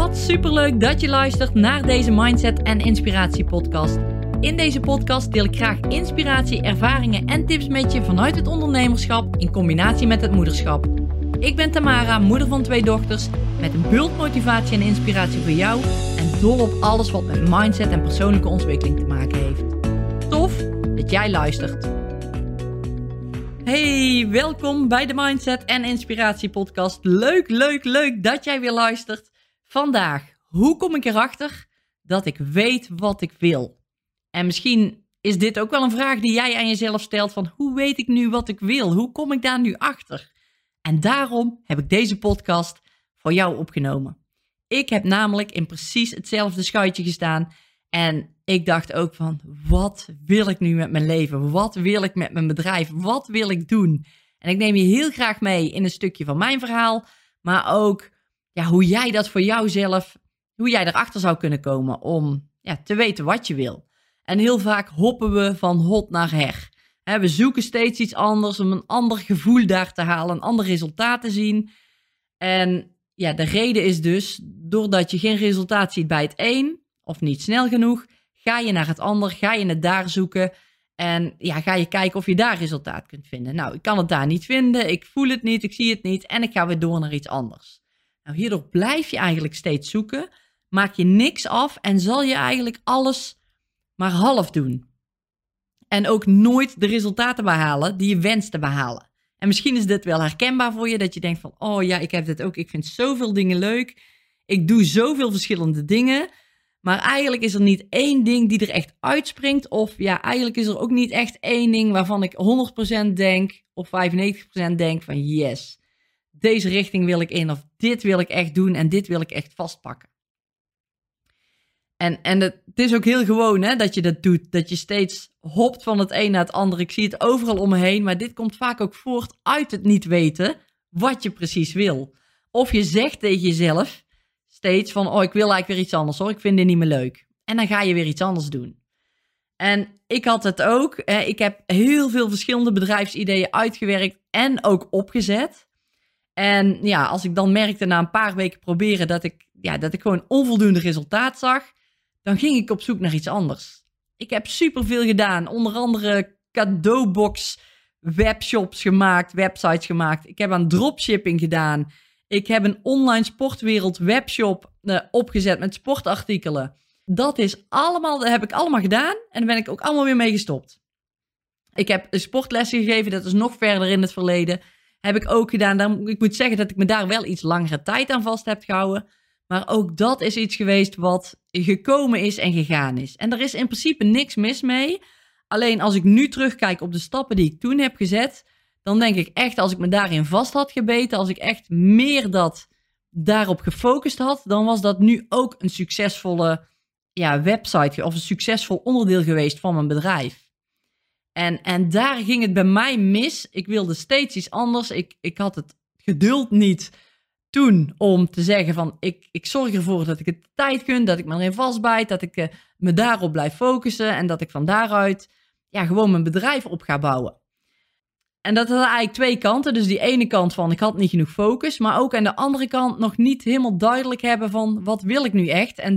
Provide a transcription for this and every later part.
Wat superleuk dat je luistert naar deze Mindset en Inspiratie podcast. In deze podcast deel ik graag inspiratie, ervaringen en tips met je vanuit het ondernemerschap in combinatie met het moederschap. Ik ben Tamara, moeder van 2 dochters, met een bult motivatie en inspiratie voor jou en dol op alles wat met mindset en persoonlijke ontwikkeling te maken heeft. Tof dat jij luistert. Hey, welkom bij de Mindset en Inspiratie podcast. Leuk dat jij weer luistert. Vandaag, hoe kom ik erachter dat ik weet wat ik wil? En misschien is dit ook wel een vraag die jij aan jezelf stelt van hoe weet ik nu wat ik wil? Hoe kom ik daar nu achter? En daarom heb ik deze podcast voor jou opgenomen. Ik heb namelijk in precies hetzelfde schuitje gestaan en ik dacht ook van wat wil ik nu met mijn leven? Wat wil ik met mijn bedrijf? Wat wil ik doen? En ik neem je heel graag mee in een stukje van mijn verhaal, maar ook hoe jij dat voor jouzelf, hoe jij erachter zou kunnen komen om te weten wat je wil. En heel vaak hoppen we van hot naar her. We zoeken steeds iets anders om een ander gevoel daar te halen, een ander resultaat te zien. En de reden is dus, doordat je geen resultaat ziet bij het een, of niet snel genoeg, ga je naar het ander, ga je het daar zoeken en ga je kijken of je daar resultaat kunt vinden. Nou, ik kan het daar niet vinden, ik voel het niet, ik zie het niet en ik ga weer door naar iets anders. Nou, hierdoor blijf je eigenlijk steeds zoeken, maak je niks af en zal je eigenlijk alles maar half doen. En ook nooit de resultaten behalen die je wenst te behalen. En misschien is dit wel herkenbaar voor je, dat je denkt van, oh ja, ik heb dit ook, ik vind zoveel dingen leuk, ik doe zoveel verschillende dingen, maar eigenlijk is er niet één ding die er echt uitspringt, of eigenlijk is er ook niet echt één ding waarvan ik 100% denk, of 95% denk van yes, deze richting wil ik in, of dit wil ik echt doen en dit wil ik echt vastpakken. En het is ook heel gewoon dat je dat doet, dat je steeds hopt van het een naar het ander. Ik zie het overal om me heen, maar dit komt vaak ook voort uit het niet weten wat je precies wil. Of je zegt tegen jezelf steeds van, oh, ik wil eigenlijk weer iets anders hoor, ik vind dit niet meer leuk. En dan ga je weer iets anders doen. En ik had het ook, ik heb heel veel verschillende bedrijfsideeën uitgewerkt en ook opgezet. En als ik dan merkte na een paar weken proberen dat ik gewoon onvoldoende resultaat zag, dan ging ik op zoek naar iets anders. Ik heb superveel gedaan, onder andere cadeaubox webshops gemaakt, websites gemaakt. Ik heb aan dropshipping gedaan. Ik heb een online sportwereld webshop opgezet met sportartikelen. Dat heb ik allemaal gedaan en daar ben ik ook allemaal weer mee gestopt. Ik heb sportlessen gegeven, dat is nog verder in het verleden. Heb ik ook gedaan. Ik moet zeggen dat ik me daar wel iets langere tijd aan vast heb gehouden. Maar ook dat is iets geweest wat gekomen is en gegaan is. En er is in principe niks mis mee. Alleen als ik nu terugkijk op de stappen die ik toen heb gezet, dan denk ik echt, als ik me daarin vast had gebeten, als ik echt meer daarop gefocust had, dan was dat nu ook een succesvolle website of een succesvol onderdeel geweest van mijn bedrijf. En daar ging het bij mij mis. Ik wilde steeds iets anders. Ik had het geduld niet toen om te zeggen van ik zorg ervoor dat ik het tijd gun, dat ik me erin vastbijt, dat ik me daarop blijf focussen en dat ik van daaruit gewoon mijn bedrijf op ga bouwen. En dat had eigenlijk 2 kanten. Dus die ene kant van ik had niet genoeg focus, maar ook aan de andere kant nog niet helemaal duidelijk hebben van wat wil ik nu echt. En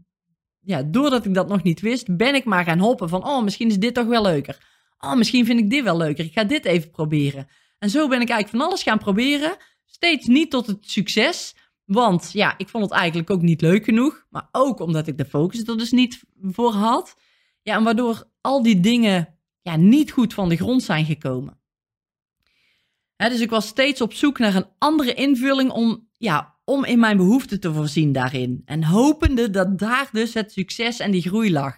doordat ik dat nog niet wist, ben ik maar gaan hoppen van oh, misschien is dit toch wel leuker. Oh, misschien vind ik dit wel leuker. Ik ga dit even proberen. En zo ben ik eigenlijk van alles gaan proberen. Steeds niet tot het succes. Want ik vond het eigenlijk ook niet leuk genoeg. Maar ook omdat ik de focus er dus niet voor had. En waardoor al die dingen niet goed van de grond zijn gekomen. Dus ik was steeds op zoek naar een andere invulling om in mijn behoeften te voorzien daarin. En hopende dat daar dus het succes en die groei lag.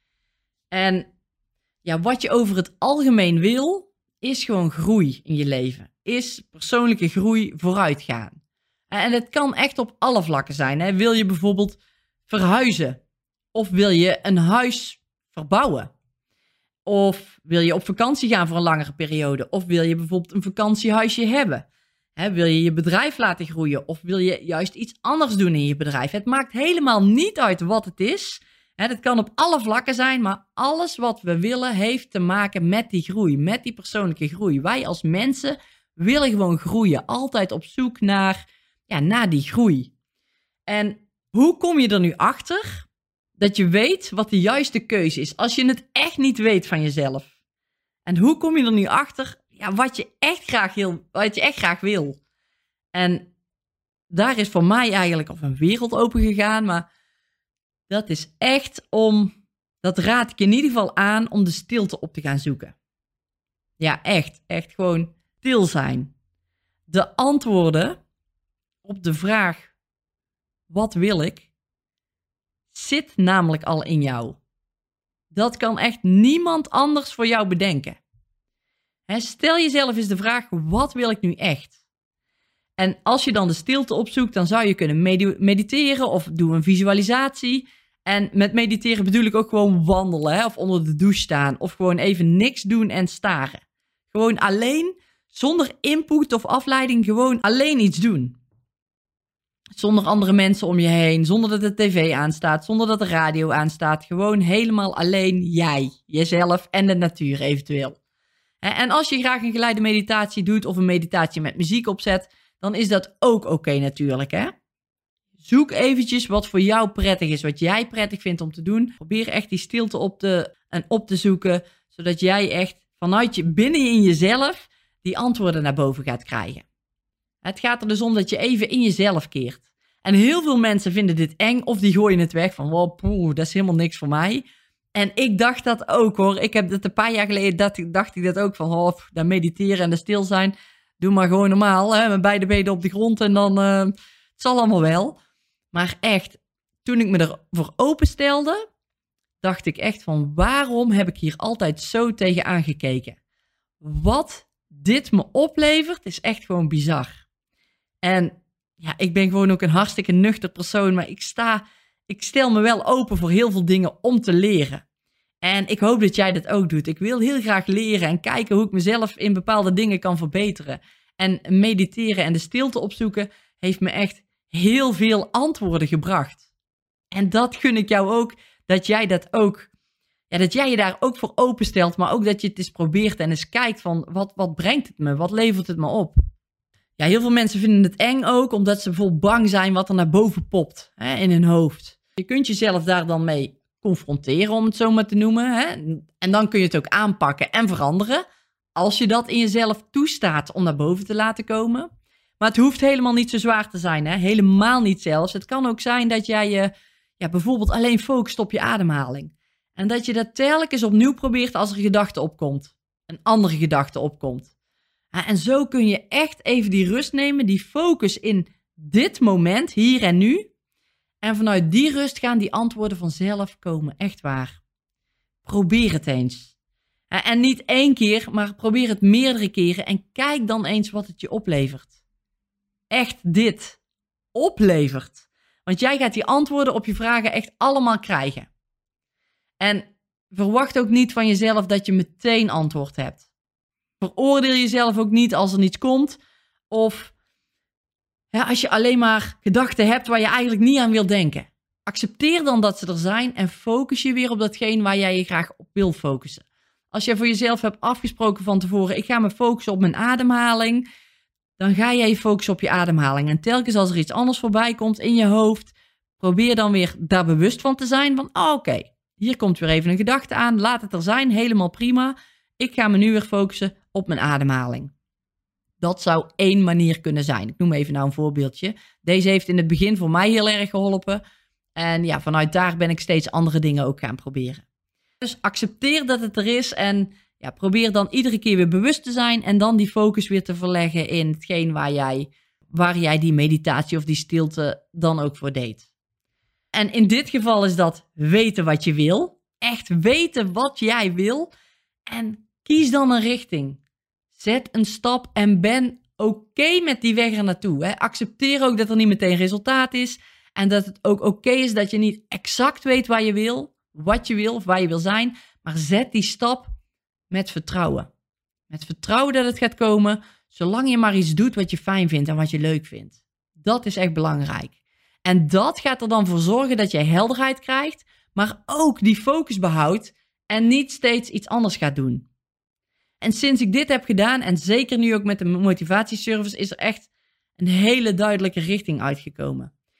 En wat je over het algemeen wil, is gewoon groei in je leven. Is persoonlijke groei vooruitgaan. En het kan echt op alle vlakken zijn. Wil je bijvoorbeeld verhuizen? Of wil je een huis verbouwen? Of wil je op vakantie gaan voor een langere periode? Of wil je bijvoorbeeld een vakantiehuisje hebben? Wil je je bedrijf laten groeien? Of wil je juist iets anders doen in je bedrijf? Het maakt helemaal niet uit wat het is. Dat kan op alle vlakken zijn, maar alles wat we willen heeft te maken met die groei, met die persoonlijke groei. Wij als mensen willen gewoon groeien, altijd op zoek naar die groei. En Hoe kom je er nu achter dat je weet wat de juiste keuze is als je het echt niet weet van jezelf? En hoe kom je er nu achter wat je echt graag wil? En daar is voor mij eigenlijk of een wereld open gegaan, maar dat is echt dat raad ik in ieder geval aan om de stilte op te gaan zoeken. Ja, echt gewoon stil zijn. De antwoorden op de vraag, wat wil ik, zit namelijk al in jou. Dat kan echt niemand anders voor jou bedenken. Stel jezelf eens de vraag, wat wil ik nu echt? En als je dan de stilte opzoekt, dan zou je kunnen mediteren of doe een visualisatie. En met mediteren bedoel ik ook gewoon wandelen, of onder de douche staan. Of gewoon even niks doen en staren. Gewoon alleen, zonder input of afleiding, gewoon alleen iets doen. Zonder andere mensen om je heen, zonder dat de tv aanstaat, zonder dat de radio aanstaat. Gewoon helemaal alleen jij, jezelf en de natuur eventueel. En als je graag een geleide meditatie doet of een meditatie met muziek opzet, dan is dat ook oké natuurlijk, hè? Zoek eventjes wat voor jou prettig is, wat jij prettig vindt om te doen. Probeer echt die stilte op te zoeken, zodat jij echt vanuit binnen in jezelf die antwoorden naar boven gaat krijgen. Het gaat er dus om dat je even in jezelf keert. En heel veel mensen vinden dit eng of die gooien het weg van, wow, dat is helemaal niks voor mij. En ik dacht dat ook hoor. Ik heb dat een paar jaar geleden, dacht ik dat ook van, dat mediteren en dat stil zijn, doe maar gewoon normaal, hè, met beide benen op de grond en dan, het zal allemaal wel. Maar echt, toen ik me ervoor openstelde, dacht ik echt van, waarom heb ik hier altijd zo tegen aangekeken? Wat dit me oplevert, is echt gewoon bizar. En ja, ik ben gewoon ook een hartstikke nuchter persoon, maar ik stel me wel open voor heel veel dingen om te leren. En ik hoop dat jij dat ook doet. Ik wil heel graag leren en kijken hoe ik mezelf in bepaalde dingen kan verbeteren. En mediteren en de stilte opzoeken heeft me echt heel veel antwoorden gebracht. En dat gun ik jou ook, dat jij dat jij je daar ook voor openstelt, maar ook dat je het eens probeert en eens kijkt van, wat brengt het me? Wat levert het me op? Ja, heel veel mensen vinden het eng ook, omdat ze bijvoorbeeld bang zijn wat er naar boven popt in hun hoofd. Je kunt jezelf daar dan mee confronteren, om het zo maar te noemen. Hè? En dan kun je het ook aanpakken en veranderen, als je dat in jezelf toestaat om naar boven te laten komen. Maar het hoeft helemaal niet zo zwaar te zijn, hè? Helemaal niet zelfs. Het kan ook zijn dat jij je bijvoorbeeld alleen focust op je ademhaling. En dat je dat telkens opnieuw probeert als er een gedachte opkomt. Een andere gedachte opkomt. En zo kun je echt even die rust nemen, die focus in dit moment, hier en nu. En vanuit die rust gaan die antwoorden vanzelf komen, echt waar. Probeer het eens. En niet 1 keer, maar probeer het meerdere keren en kijk dan eens wat het je oplevert. Echt dit oplevert. Want jij gaat die antwoorden op je vragen echt allemaal krijgen. En verwacht ook niet van jezelf dat je meteen antwoord hebt. Veroordeel jezelf ook niet als er niets komt. Of als je alleen maar gedachten hebt waar je eigenlijk niet aan wil denken. Accepteer dan dat ze er zijn en focus je weer op datgene waar jij je graag op wil focussen. Als je voor jezelf hebt afgesproken van tevoren, ik ga me focussen op mijn ademhaling, dan ga jij je focussen op je ademhaling. En telkens als er iets anders voorbij komt in je hoofd, probeer dan weer daar bewust van te zijn van, oké, hier komt weer even een gedachte aan, laat het er zijn, helemaal prima. Ik ga me nu weer focussen op mijn ademhaling. Dat zou 1 manier kunnen zijn. Ik noem even nou een voorbeeldje. Deze heeft in het begin voor mij heel erg geholpen. En vanuit daar ben ik steeds andere dingen ook gaan proberen. Dus accepteer dat het er is en probeer dan iedere keer weer bewust te zijn en dan die focus weer te verleggen in hetgeen waar jij die meditatie of die stilte dan ook voor deed. En in dit geval is dat weten wat je wil. Echt weten wat jij wil. En kies dan een richting. Zet een stap en ben oké met die weg er naartoe. Hè. Accepteer ook dat er niet meteen resultaat is. En dat het ook oké is dat je niet exact weet waar je wil, wat je wil of waar je wil zijn. Maar zet die stap met vertrouwen. Met vertrouwen dat het gaat komen, zolang je maar iets doet wat je fijn vindt en wat je leuk vindt. Dat is echt belangrijk. En dat gaat er dan voor zorgen dat je helderheid krijgt, maar ook die focus behoudt en niet steeds iets anders gaat doen. En sinds ik dit heb gedaan, en zeker nu ook met de motivatieservice, is er echt een hele duidelijke richting uitgekomen.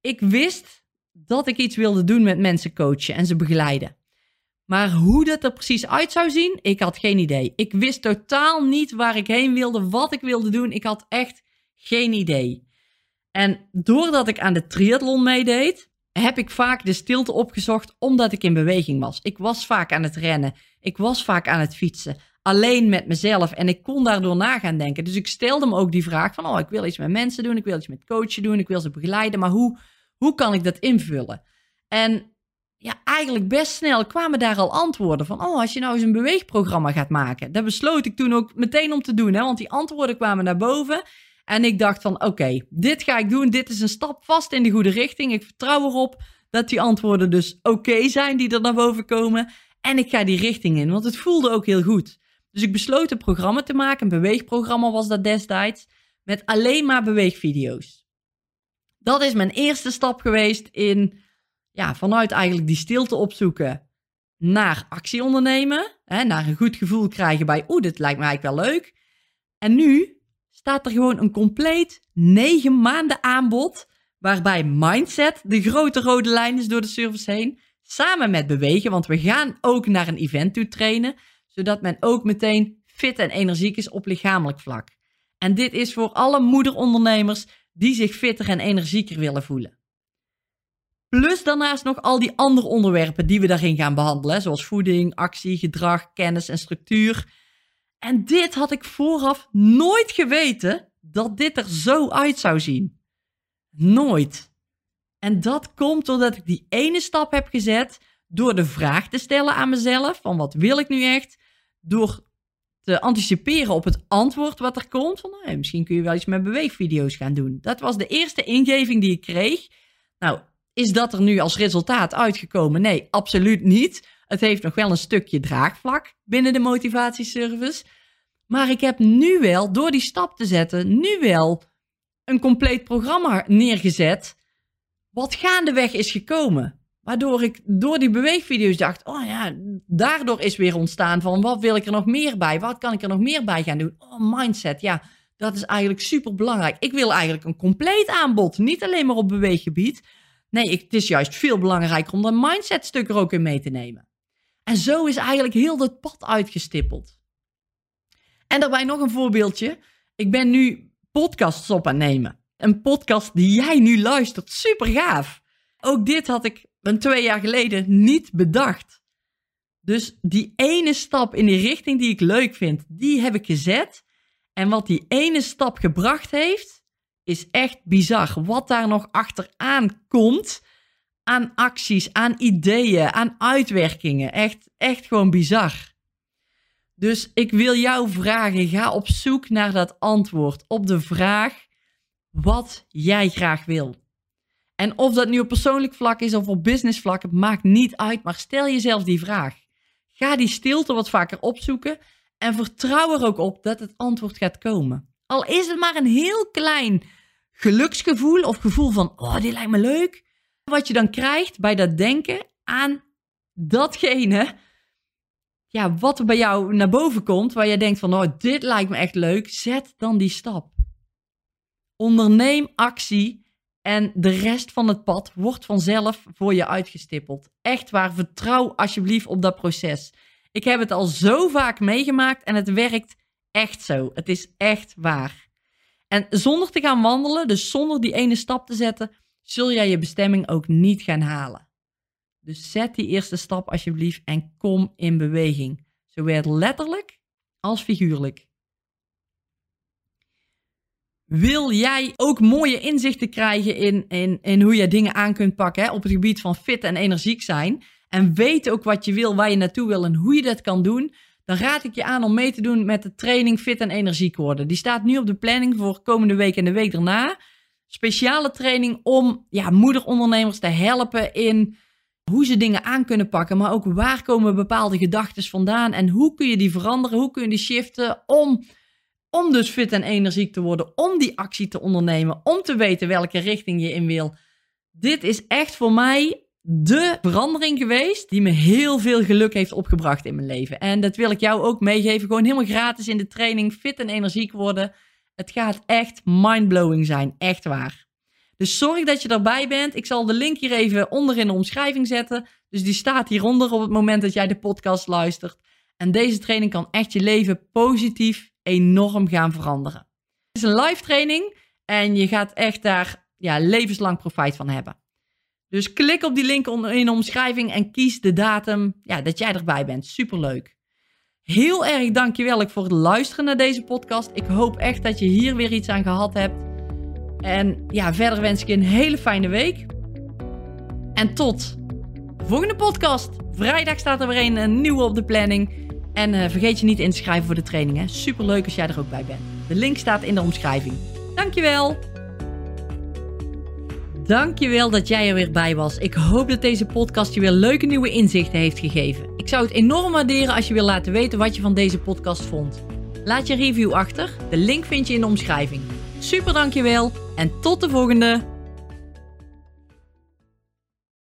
ik wist dat ik iets wilde doen met mensen coachen en ze begeleiden. Maar hoe dat er precies uit zou zien, ik had geen idee. Ik wist totaal niet waar ik heen wilde, wat ik wilde doen. Ik had echt geen idee. En doordat ik aan de triathlon meedeed, heb ik vaak de stilte opgezocht omdat ik in beweging was. Ik was vaak aan het rennen. Ik was vaak aan het fietsen. Alleen met mezelf. En ik kon daardoor na gaan denken. Dus ik stelde me ook die vraag van, ik wil iets met mensen doen. Ik wil iets met coachen doen. Ik wil ze begeleiden. Maar hoe kan ik dat invullen? En ja, eigenlijk best snel kwamen daar al antwoorden van, als je nou eens een beweegprogramma gaat maken. Dat besloot ik toen ook meteen om te doen. Hè? Want die antwoorden kwamen naar boven. En ik dacht van, oké, dit ga ik doen. Dit is een stap vast in de goede richting. Ik vertrouw erop dat die antwoorden dus oké zijn die er naar boven komen. En ik ga die richting in, want het voelde ook heel goed. Dus ik besloot een programma te maken. Een beweegprogramma was dat destijds. Met alleen maar beweegvideo's. Dat is mijn eerste stap geweest in, vanuit eigenlijk die stilte opzoeken naar actie ondernemen. Naar een goed gevoel krijgen bij, dit lijkt me eigenlijk wel leuk. En nu staat er gewoon een compleet 9 maanden aanbod, waarbij mindset de grote rode lijn is door de service heen, samen met bewegen, want we gaan ook naar een event toe trainen, zodat men ook meteen fit en energiek is op lichamelijk vlak. En dit is voor alle moederondernemers die zich fitter en energieker willen voelen. Plus daarnaast nog al die andere onderwerpen die we daarin gaan behandelen, zoals voeding, actie, gedrag, kennis en structuur. En dit had ik vooraf nooit geweten dat dit er zo uit zou zien. Nooit. En dat komt doordat ik die ene stap heb gezet door de vraag te stellen aan mezelf van wat wil ik nu echt? Door te anticiperen op het antwoord wat er komt van misschien kun je wel iets met beweegvideo's gaan doen. Dat was de eerste ingeving die ik kreeg. Nou, is dat er nu als resultaat uitgekomen? Nee, absoluut niet. Het heeft nog wel een stukje draagvlak binnen de motivatieservice. Maar ik heb nu wel, door die stap te zetten, nu wel een compleet programma neergezet wat gaandeweg is gekomen. Waardoor ik door die beweegvideo's dacht, daardoor is weer ontstaan van wat wil ik er nog meer bij? Wat kan ik er nog meer bij gaan doen? Mindset, dat is eigenlijk super belangrijk. Ik wil eigenlijk een compleet aanbod, niet alleen maar op beweeggebied. Nee, het is juist veel belangrijker om dat mindsetstuk er ook in mee te nemen. En zo is eigenlijk heel dat pad uitgestippeld. En daarbij nog een voorbeeldje. Ik ben nu podcasts op aan het nemen. Een podcast die jij nu luistert. Super gaaf. Ook dit had ik 2 jaar geleden niet bedacht. Dus die ene stap in die richting die ik leuk vind, die heb ik gezet. En wat die ene stap gebracht heeft, is echt bizar. Wat daar nog achteraan komt aan acties, aan ideeën, aan uitwerkingen. Echt gewoon bizar. Dus ik wil jou vragen, ga op zoek naar dat antwoord op de vraag wat jij graag wil. En of dat nu op persoonlijk vlak is of op business vlak, het maakt niet uit, maar stel jezelf die vraag. Ga die stilte wat vaker opzoeken en vertrouw er ook op dat het antwoord gaat komen. Al is het maar een heel klein geluksgevoel of gevoel van, dit lijkt me leuk. Wat je dan krijgt bij dat denken aan datgene, wat er bij jou naar boven komt, waar je denkt van, dit lijkt me echt leuk, zet dan die stap. Onderneem actie en de rest van het pad wordt vanzelf voor je uitgestippeld. Echt waar, vertrouw alsjeblieft op dat proces. Ik heb het al zo vaak meegemaakt en het werkt echt zo. Het is echt waar. En zonder te gaan wandelen, dus zonder die ene stap te zetten, zul jij je bestemming ook niet gaan halen. Dus zet die eerste stap alsjeblieft en kom in beweging. Zowel letterlijk als figuurlijk. Wil jij ook mooie inzichten krijgen in hoe je dingen aan kunt pakken op het gebied van fit en energiek zijn? En weten ook wat je wil, waar je naartoe wil en hoe je dat kan doen? Dan raad ik je aan om mee te doen met de training Fit en Energiek worden. Die staat nu op de planning voor komende week en de week daarna. Speciale training om moederondernemers te helpen in hoe ze dingen aan kunnen pakken. Maar ook waar komen bepaalde gedachten vandaan en hoe kun je die veranderen? Hoe kun je die shiften om dus fit en energiek te worden, om die actie te ondernemen, om te weten welke richting je in wil. Dit is echt voor mij de verandering geweest die me heel veel geluk heeft opgebracht in mijn leven. En dat wil ik jou ook meegeven, gewoon helemaal gratis in de training Fit en Energiek worden. Het gaat echt mindblowing zijn, echt waar. Dus zorg dat je erbij bent. Ik zal de link hier even onder in de omschrijving zetten. Dus die staat hieronder op het moment dat jij de podcast luistert. En deze training kan echt je leven positief enorm gaan veranderen. Het is een live training en je gaat echt daar levenslang profijt van hebben. Dus klik op die link in de omschrijving en kies de datum dat jij erbij bent. Superleuk. Heel erg dankjewel voor het luisteren naar deze podcast. Ik hoop echt dat je hier weer iets aan gehad hebt. En verder wens ik je een hele fijne week. En tot de volgende podcast. Vrijdag staat er weer een nieuwe op de planning. En vergeet je niet in te schrijven voor de training. Hè? Superleuk als jij er ook bij bent. De link staat in de omschrijving. Dankjewel. Dankjewel dat jij er weer bij was. Ik hoop dat deze podcast je weer leuke nieuwe inzichten heeft gegeven. Ik zou het enorm waarderen als je wil laten weten wat je van deze podcast vond. Laat je review achter. De link vind je in de omschrijving. Super dankjewel en tot de volgende.